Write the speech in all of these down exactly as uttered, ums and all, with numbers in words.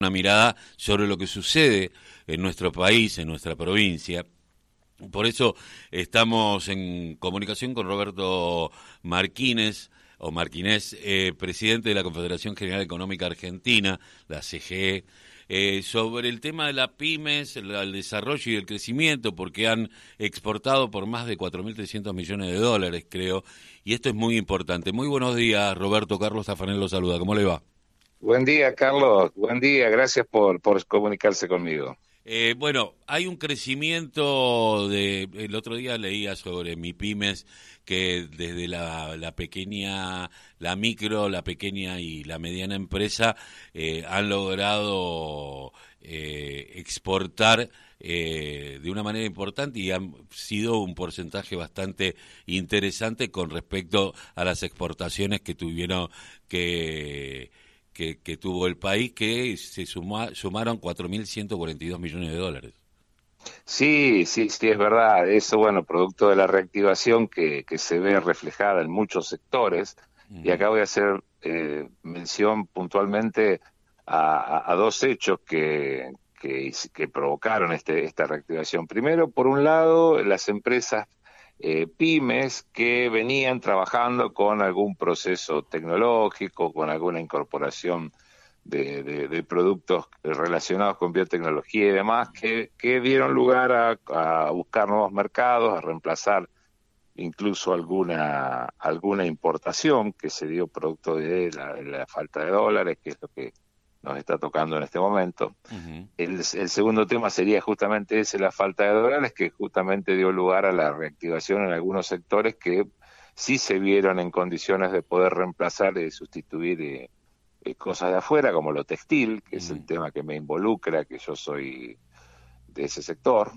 una mirada sobre lo que sucede en nuestro país, en nuestra provincia. Por eso estamos en comunicación con Roberto Marquínez, o Marquínez, eh, presidente de la Confederación General Económica Argentina, la C G E, eh, sobre el tema de las pymes, el, el desarrollo y el crecimiento, porque han exportado por más de cuatro mil trescientos millones de dólares, creo, y esto es muy importante. Muy buenos días, Roberto. Carlos Tafanel lo saluda. ¿Cómo le va? Buen día, Carlos. Buen día. Gracias por, por comunicarse conmigo. Eh, bueno, hay un crecimiento de, el otro día leía sobre MIPYMES que desde la, la pequeña, la micro, la pequeña y la mediana empresa eh, han logrado eh, exportar eh, de una manera importante y han sido un porcentaje bastante interesante con respecto a las exportaciones que tuvieron que Que, que tuvo el país, que se suma, sumaron cuatro mil ciento cuarenta y dos millones de dólares. Sí, sí, sí, es verdad. Eso, bueno, producto de la reactivación que, que se ve reflejada en muchos sectores. Y Uh-huh. acá voy a hacer eh, mención puntualmente a, a- a dos hechos que, que, hic- que provocaron este, esta reactivación. Primero, por un lado, las empresas eh, pymes que venían trabajando con algún proceso tecnológico, con alguna incorporación de, de, de productos relacionados con biotecnología y demás, que, que dieron lugar a, a buscar nuevos mercados, a reemplazar incluso alguna, alguna importación que se dio producto de la, la falta de dólares, que es lo que nos está tocando en este momento. Uh-huh. El, el segundo tema sería justamente ese, la falta de dólares, que justamente dio lugar a la reactivación en algunos sectores que sí se vieron en condiciones de poder reemplazar y sustituir eh, eh, cosas de afuera, como lo textil, que es el Uh-huh. tema que me involucra, que yo soy de ese sector.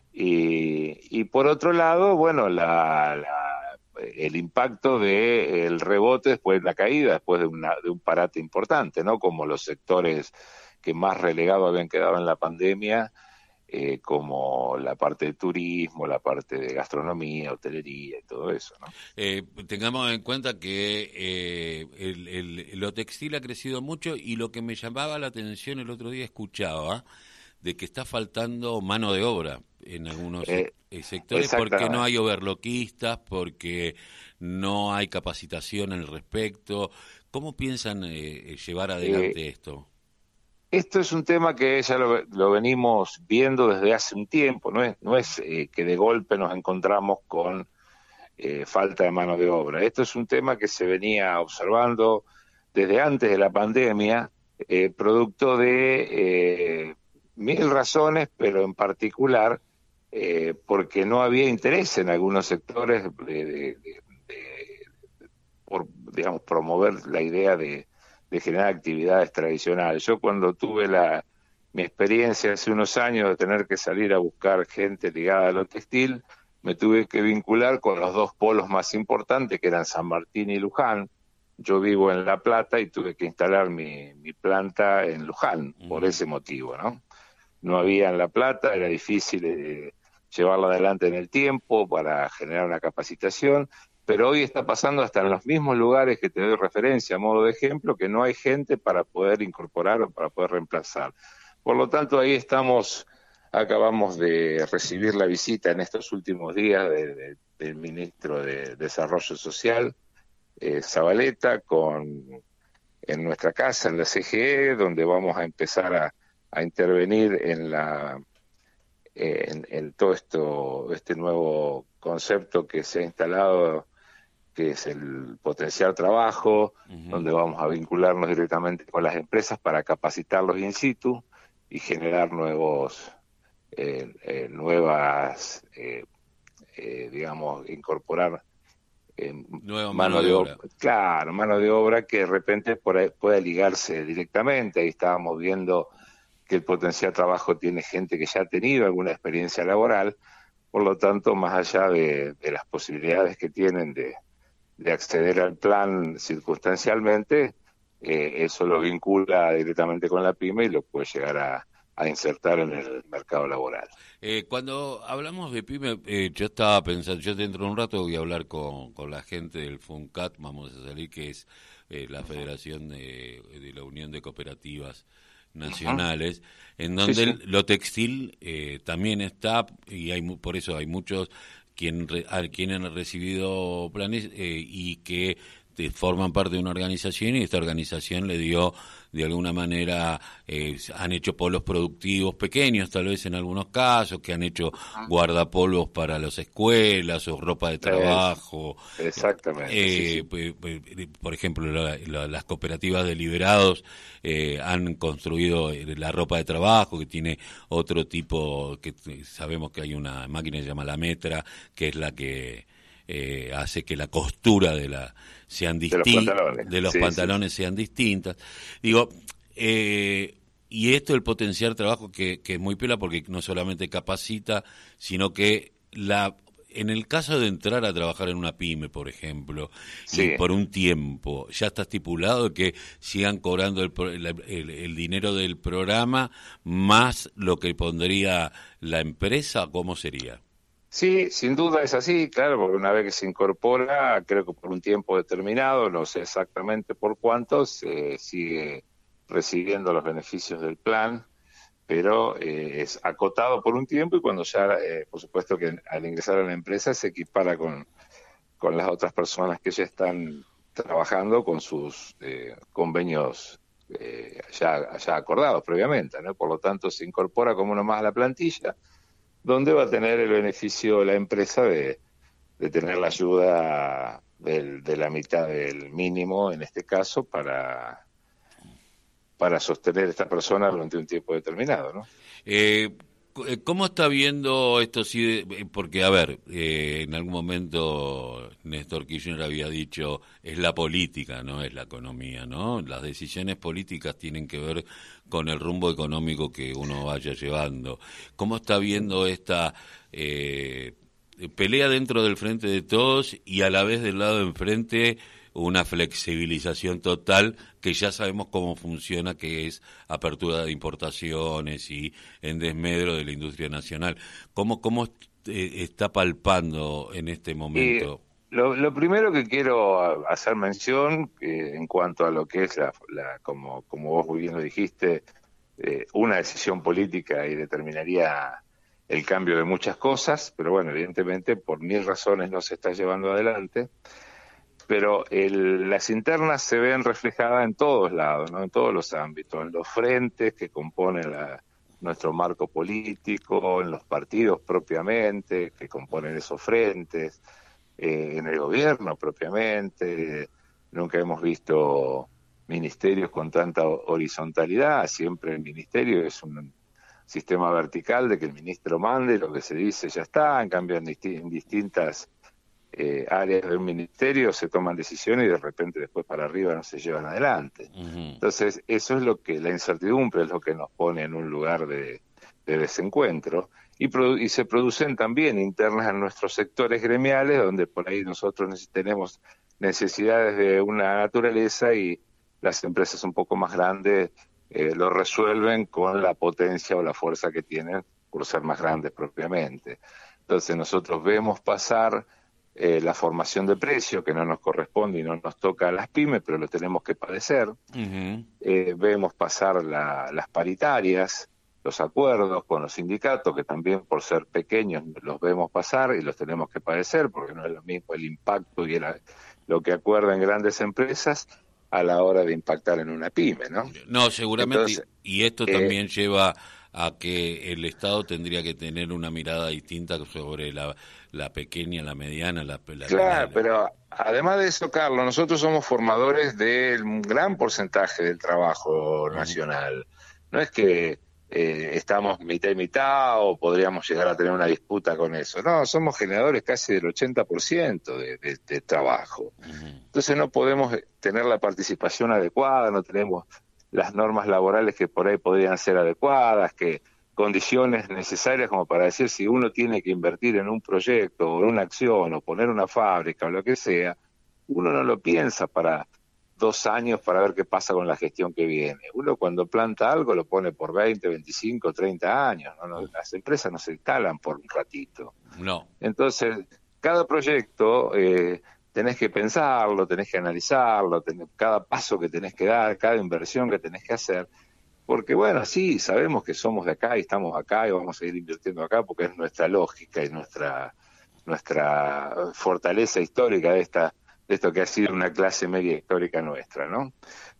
Y, y por otro lado, bueno, la, la, el impacto del de rebote después de la caída, después de, una, de un parate importante, ¿no? Como los sectores que más relegados habían quedado en la pandemia, eh, como la parte de turismo, la parte de gastronomía, hotelería y todo eso, ¿no? Eh, tengamos en cuenta que eh, el, el- lo textil ha crecido mucho y lo que me llamaba la atención el otro día escuchaba de que está faltando mano de obra en algunos sec- Eh, eh, sectores porque no hay exactamente. overloquistas, porque no hay capacitación al respecto. ¿Cómo piensan eh, llevar Eh, adelante esto? Esto es un tema que ya lo, lo venimos viendo desde hace un tiempo, no es, no es eh, que de golpe nos encontramos con eh, falta de mano de obra. Esto es un tema que se venía observando desde antes de la pandemia, eh, producto de eh, mil razones, pero en particular eh, porque no había interés en algunos sectores de, de- de- de- por, digamos, promover la idea de, de generar actividades tradicionales. Yo cuando tuve la, mi experiencia hace unos años de tener que salir a buscar gente ligada a lo textil, me tuve que vincular con los dos polos más importantes, que eran San Martín y Luján. Yo vivo en La Plata y tuve que instalar mi, mi planta en Luján por Ujú. ese motivo, ¿no? No había en La Plata, era difícil eh, llevarla adelante en el tiempo para generar una capacitación, pero hoy está pasando hasta en los mismos lugares que te doy referencia a modo de ejemplo, que no hay gente para poder incorporar o para poder reemplazar. Por lo tanto, ahí estamos, acabamos de recibir la visita en estos últimos días de, de, del ministro de Desarrollo Social, eh, Zabaleta, con, en nuestra casa, en la C G E, donde vamos a empezar a, a intervenir en la en, en todo esto, este nuevo concepto que se ha instalado, que es el potenciar trabajo, Ujú. donde vamos a vincularnos directamente con las empresas para capacitarlos in situ y generar nuevos, eh, eh, nuevas, eh, eh, digamos, incorporar eh, Nueva mano mano de de obra, obra. claro, mano de obra que de repente por ahí pueda ligarse directamente. Ahí estábamos viendo que el potencial trabajo tiene gente que ya ha tenido alguna experiencia laboral, por lo tanto, más allá de, de las posibilidades que tienen de, de acceder al plan circunstancialmente, eh, eso lo vincula directamente con la pyme y lo puede llegar a, a insertar en el mercado laboral. Eh, cuando hablamos de PYME, eh, yo estaba pensando, yo dentro de un rato voy a hablar con, con la gente del FUNCAT, vamos a salir, que es eh, la Federación de, de la Unión de Cooperativas nacionales, uh-huh. en donde sí, sí. El, lo textil eh, también está, y hay por eso hay muchos quien, a, quienes han recibido planes eh, y que te, forman parte de una organización, y esta organización le dio de alguna manera, eh, han hecho polos productivos pequeños tal vez en algunos casos, que han hecho guardapolvos para las escuelas o ropa de trabajo. Es, exactamente. Eh, sí, sí. Por ejemplo, la, la, las cooperativas de liberados eh, han construido la ropa de trabajo, que tiene otro tipo, que sabemos que hay una máquina que se llama la metra, que es la que eh, hace que la costura de la sean distintas, de los pantalones, de los sí, pantalones sí. sean distintas. Digo, eh, y esto el potenciar trabajo que, que es muy piola, porque no solamente capacita, sino que la en el caso de entrar a trabajar en una pyme, por ejemplo, sí. y por un tiempo, ya está estipulado que sigan cobrando el, el, el dinero del programa más lo que pondría la empresa, ¿cómo sería? Sí, sin duda es así, claro, porque una vez que se incorpora, creo que por un tiempo determinado, no sé exactamente por cuánto, se sigue recibiendo los beneficios del plan, pero eh, es acotado por un tiempo, y cuando ya, eh, por supuesto que al ingresar a la empresa se equipara con, con las otras personas que ya están trabajando con sus eh, convenios eh, ya, ya acordados previamente, ¿no? Por lo tanto se incorpora como uno más a la plantilla, donde va a tener el beneficio la empresa de, de tener la ayuda del, de la mitad del mínimo, en este caso, para, para sostener a esta persona durante un tiempo determinado, ¿no? Eh, ¿Cómo está viendo esto? Sí, porque, a ver, eh, en algún momento Néstor Kirchner había dicho, es la política, no es la economía, ¿no? Las decisiones políticas tienen que ver con el rumbo económico que uno vaya llevando. ¿Cómo está viendo esta eh, pelea dentro del Frente de Todos y a la vez del lado de enfrente una flexibilización total, que ya sabemos cómo funciona, que es apertura de importaciones y en desmedro de la industria nacional? ¿Cómo, cómo eh, está palpando en este momento? Y lo, lo primero que quiero hacer mención, eh, en cuanto a lo que es, la, la como, como vos muy bien lo dijiste, eh, una decisión política y determinaría el cambio de muchas cosas, pero bueno, evidentemente por mil razones no se está llevando adelante. Pero el, las internas se ven reflejadas en todos lados, ¿no? En todos los ámbitos, en los frentes que componen la, nuestro marco político, en los partidos propiamente que componen esos frentes, eh, en el gobierno propiamente. Nunca hemos visto ministerios con tanta horizontalidad, siempre el ministerio es un sistema vertical de que el ministro mande, lo que se dice ya está, en cambio en, disti- en distintas Eh, áreas de un ministerio se toman decisiones y de repente después para arriba no se llevan adelante. Uh-huh. Entonces, eso es lo que, la incertidumbre es lo que nos pone en un lugar de, de desencuentro, y, produ- y se producen también internas en nuestros sectores gremiales, donde por ahí nosotros neces- tenemos necesidades de una naturaleza y las empresas un poco más grandes eh, lo resuelven con la potencia o la fuerza que tienen por ser más grandes propiamente. Entonces nosotros vemos pasar Eh, la formación de precio, que no nos corresponde y no nos toca a las pymes, pero lo tenemos que padecer. Uh-huh. Eh, vemos pasar la, las paritarias, los acuerdos con los sindicatos, que también por ser pequeños los vemos pasar y los tenemos que padecer, porque no es lo mismo el impacto y el, lo que acuerdan grandes empresas a la hora de impactar en una pyme, ¿no? No, seguramente, Entonces, y esto eh, también lleva a que el Estado tendría que tener una mirada distinta sobre la, la pequeña, la mediana, la, la Claro, la, pero además de eso, Carlos, nosotros somos formadores del gran porcentaje del trabajo uh-huh. nacional. No es que eh, estamos mitad y mitad o podríamos llegar a tener una disputa con eso. No, somos generadores casi del ochenta por ciento de, de, de trabajo. Uh-huh. Entonces no podemos tener la participación adecuada, no tenemos las normas laborales que por ahí podrían ser adecuadas, que condiciones necesarias como para decir si uno tiene que invertir en un proyecto o en una acción o poner una fábrica o lo que sea, uno no lo piensa para dos años para ver qué pasa con la gestión que viene. Uno cuando planta algo lo pone por veinte, veinticinco, treinta años, ¿no? No, las empresas no se instalan por un ratito. No. Entonces, cada proyecto eh, tenés que pensarlo, tenés que analizarlo, tenés, cada paso que tenés que dar, cada inversión que tenés que hacer, porque bueno, sí, sabemos que somos de acá y estamos acá y vamos a seguir invirtiendo acá porque es nuestra lógica y nuestra, nuestra fortaleza histórica de esta, de esto que ha sido una clase media histórica nuestra, ¿no?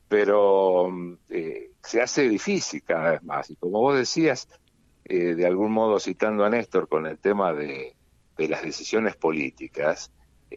Pero eh, se hace difícil cada vez más. Y como vos decías, eh, de algún modo citando a Néstor con el tema de, de las decisiones políticas,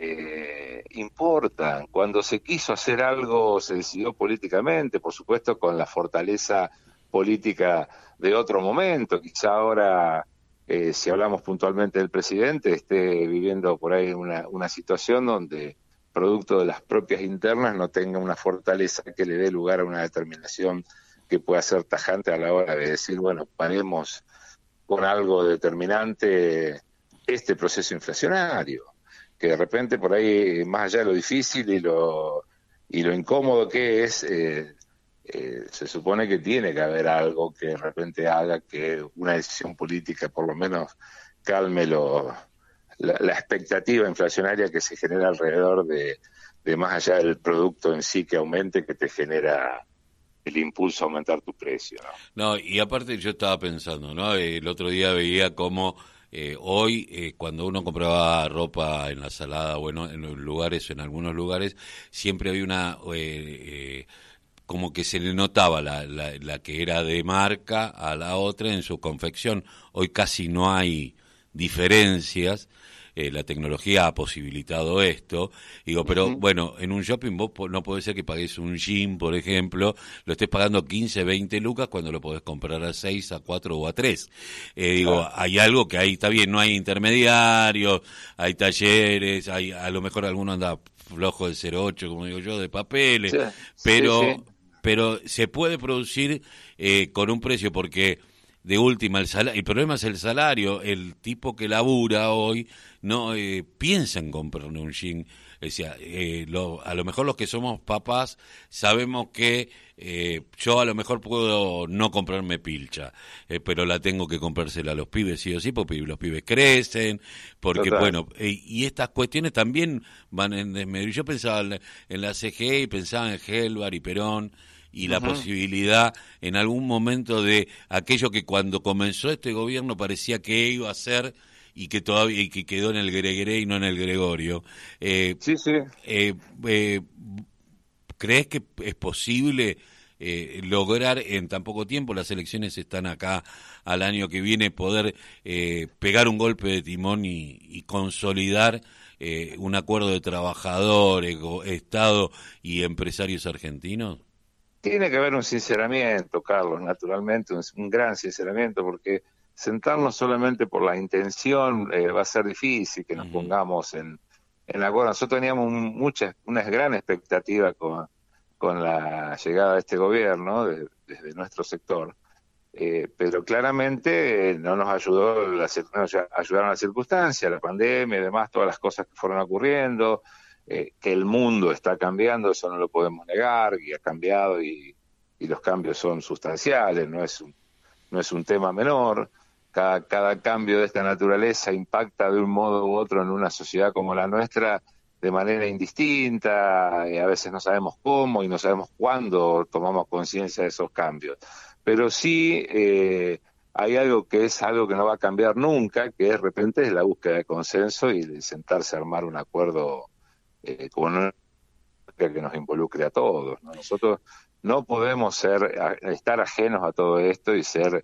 eh, importan. Cuando se quiso hacer algo, se decidió políticamente, por supuesto, con la fortaleza política de otro momento. Quizá ahora, eh, si hablamos puntualmente del presidente, esté viviendo por ahí una, una situación donde, producto de las propias internas, no tenga una fortaleza que le dé lugar a una determinación que pueda ser tajante a la hora de decir, bueno, paremos con algo determinante este proceso inflacionario, que de repente por ahí, más allá de lo difícil y lo, y lo incómodo que es, eh, eh, se supone que tiene que haber algo que de repente haga que una decisión política por lo menos calme lo, la, la expectativa inflacionaria que se genera alrededor de, de más allá del producto en sí que aumente, que te genera el impulso a aumentar tu precio, ¿no? No, y aparte yo estaba pensando, ¿no? El otro día veía cómo eh, hoy, eh, cuando uno compraba ropa en la Salada, bueno, en los lugares, en algunos lugares, siempre había una, eh, eh, como que se le notaba la, la, la que era de marca a la otra en su confección. Hoy casi no hay diferencias. Eh, la tecnología ha posibilitado esto. Digo, pero Uh-huh. bueno, en un shopping vos no puede ser que pagues un jean, por ejemplo, lo estés pagando quince, veinte lucas cuando lo podés comprar a seis, a cuatro o a tres. Eh, digo, Claro. hay algo que ahí está bien, no hay intermediarios, hay talleres, hay a lo mejor alguno anda flojo de cero ocho, como digo yo, de papeles, Sí, sí, pero sí. pero se puede producir eh, con un precio porque de última el salario, el problema es el salario, el tipo que labura hoy no eh, piensa en comprarle un jean. O sea, eh, lo, a lo mejor los que somos papás sabemos que eh, yo a lo mejor puedo no comprarme pilcha, eh, pero la tengo que comprársela a los pibes sí o sí, porque los pibes crecen, porque Total. bueno, eh, y estas cuestiones también van en desmedro. Yo pensaba en la, en la C G I, pensaba en Helvar y Perón, y la Uh-huh. posibilidad en algún momento de aquello que cuando comenzó este gobierno parecía que iba a ser y que todavía y que quedó en el Gregorio y no en el Gregorio. Eh, Sí, sí. eh, eh, ¿Crees que es posible eh, lograr en tan poco tiempo, las elecciones están acá al año que viene, poder eh, pegar un golpe de timón y, y consolidar eh, un acuerdo de trabajadores, go- Estado y empresarios argentinos? Tiene que haber un sinceramiento, Carlos, naturalmente, un, un gran sinceramiento, porque sentarnos solamente por la intención eh, va a ser difícil que nos Ujú. pongamos en, en acuerdo. Nosotros teníamos un- mucha, una gran expectativa con, con la llegada de este gobierno, de- desde nuestro sector, eh, pero claramente eh, no nos ayudó, la, cir- no nos ayudaron las circunstancias, la pandemia y demás, todas las cosas que fueron ocurriendo, eh, que el mundo está cambiando, eso no lo podemos negar, y ha cambiado y, y los cambios son sustanciales, no es un, no es un tema menor. Cada, cada cambio de esta naturaleza impacta de un modo u otro en una sociedad como la nuestra de manera indistinta, y a veces no sabemos cómo y no sabemos cuándo tomamos conciencia de esos cambios. Pero sí eh, hay algo que es algo que no va a cambiar nunca, que de repente es la búsqueda de consenso y de sentarse a armar un acuerdo eh, con una que nos involucre a todos, ¿no? Nosotros no podemos ser, a, estar ajenos a todo esto y ser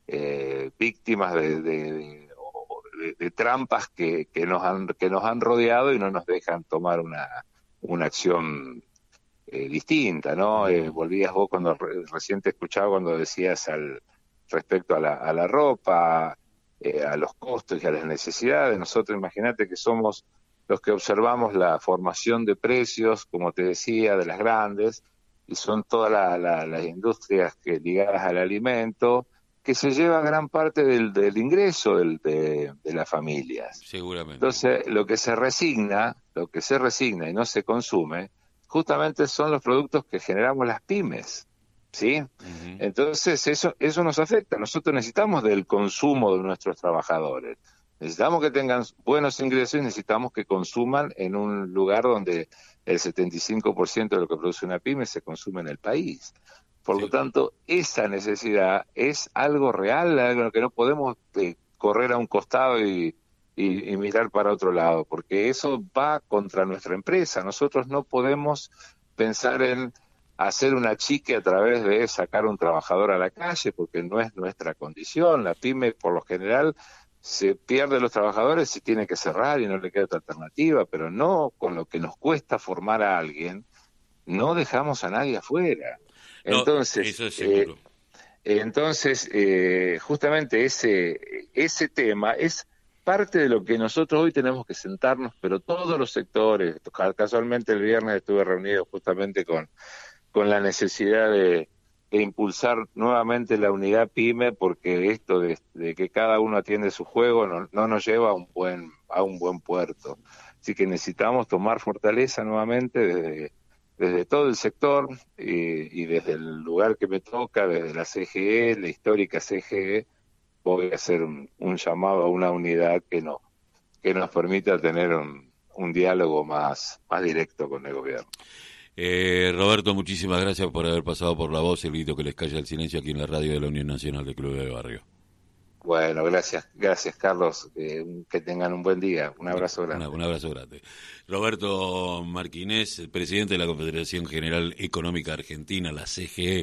eh, víctimas de, de, de, de, de trampas que, que, nos han, que nos han rodeado y no nos dejan tomar una, una acción eh, distinta, ¿no? Eh, Ujú. volvías vos cuando re, recién te escuchaba cuando decías al respecto a la, a la ropa, eh, a los costos y a las necesidades. Nosotros imagínate que somos los que observamos la formación de precios, como te decía, de las grandes, y son todas la, la, las industrias que, ligadas al alimento, que se lleva gran parte del, del ingreso del, de, de las familias. Seguramente. Entonces, lo que se resigna, lo que se resigna y no se consume, justamente son los productos que generamos las pymes, ¿sí? Ujú. Entonces, eso, eso nos afecta. Nosotros necesitamos del consumo de nuestros trabajadores. Necesitamos que tengan buenos ingresos y necesitamos que consuman en un lugar donde el setenta y cinco por ciento de lo que produce una pyme se consume en el país. Por Sí. lo tanto, esa necesidad es algo real, algo que no podemos eh, correr a un costado y, y, y mirar para otro lado, porque eso va contra nuestra empresa. Nosotros no podemos pensar en hacer una chique a través de sacar un trabajador a la calle, porque no es nuestra condición. La pyme, por lo general, se pierde los trabajadores y tiene que cerrar y no le queda otra alternativa, pero no con lo que nos cuesta formar a alguien, no dejamos a nadie afuera. No, Entonces, eso es eh, seguro. entonces eh, justamente ese, ese tema es parte de lo que nosotros hoy tenemos que sentarnos, pero todos los sectores, casualmente el viernes estuve reunido justamente con, con la necesidad de, de impulsar nuevamente la unidad PYME, porque esto de, de que cada uno atiende su juego no, no nos lleva a un buen, a un buen puerto. Así que necesitamos tomar fortaleza nuevamente desde desde todo el sector eh, y desde el lugar que me toca, desde la C G E, la histórica C G E, voy a hacer un, un llamado a una unidad que, no, que nos permita tener un, un diálogo más, más directo con el gobierno. Eh, Roberto, muchísimas gracias por haber pasado por la voz, el grito que les calla el silencio aquí en la radio de la Unión Nacional de Clubes de Barrio. Bueno, gracias, gracias Carlos, eh, que tengan un buen día, un abrazo grande. Un, un abrazo grande. Roberto Marquinés, presidente de la Confederación General Económica Argentina, la C G E,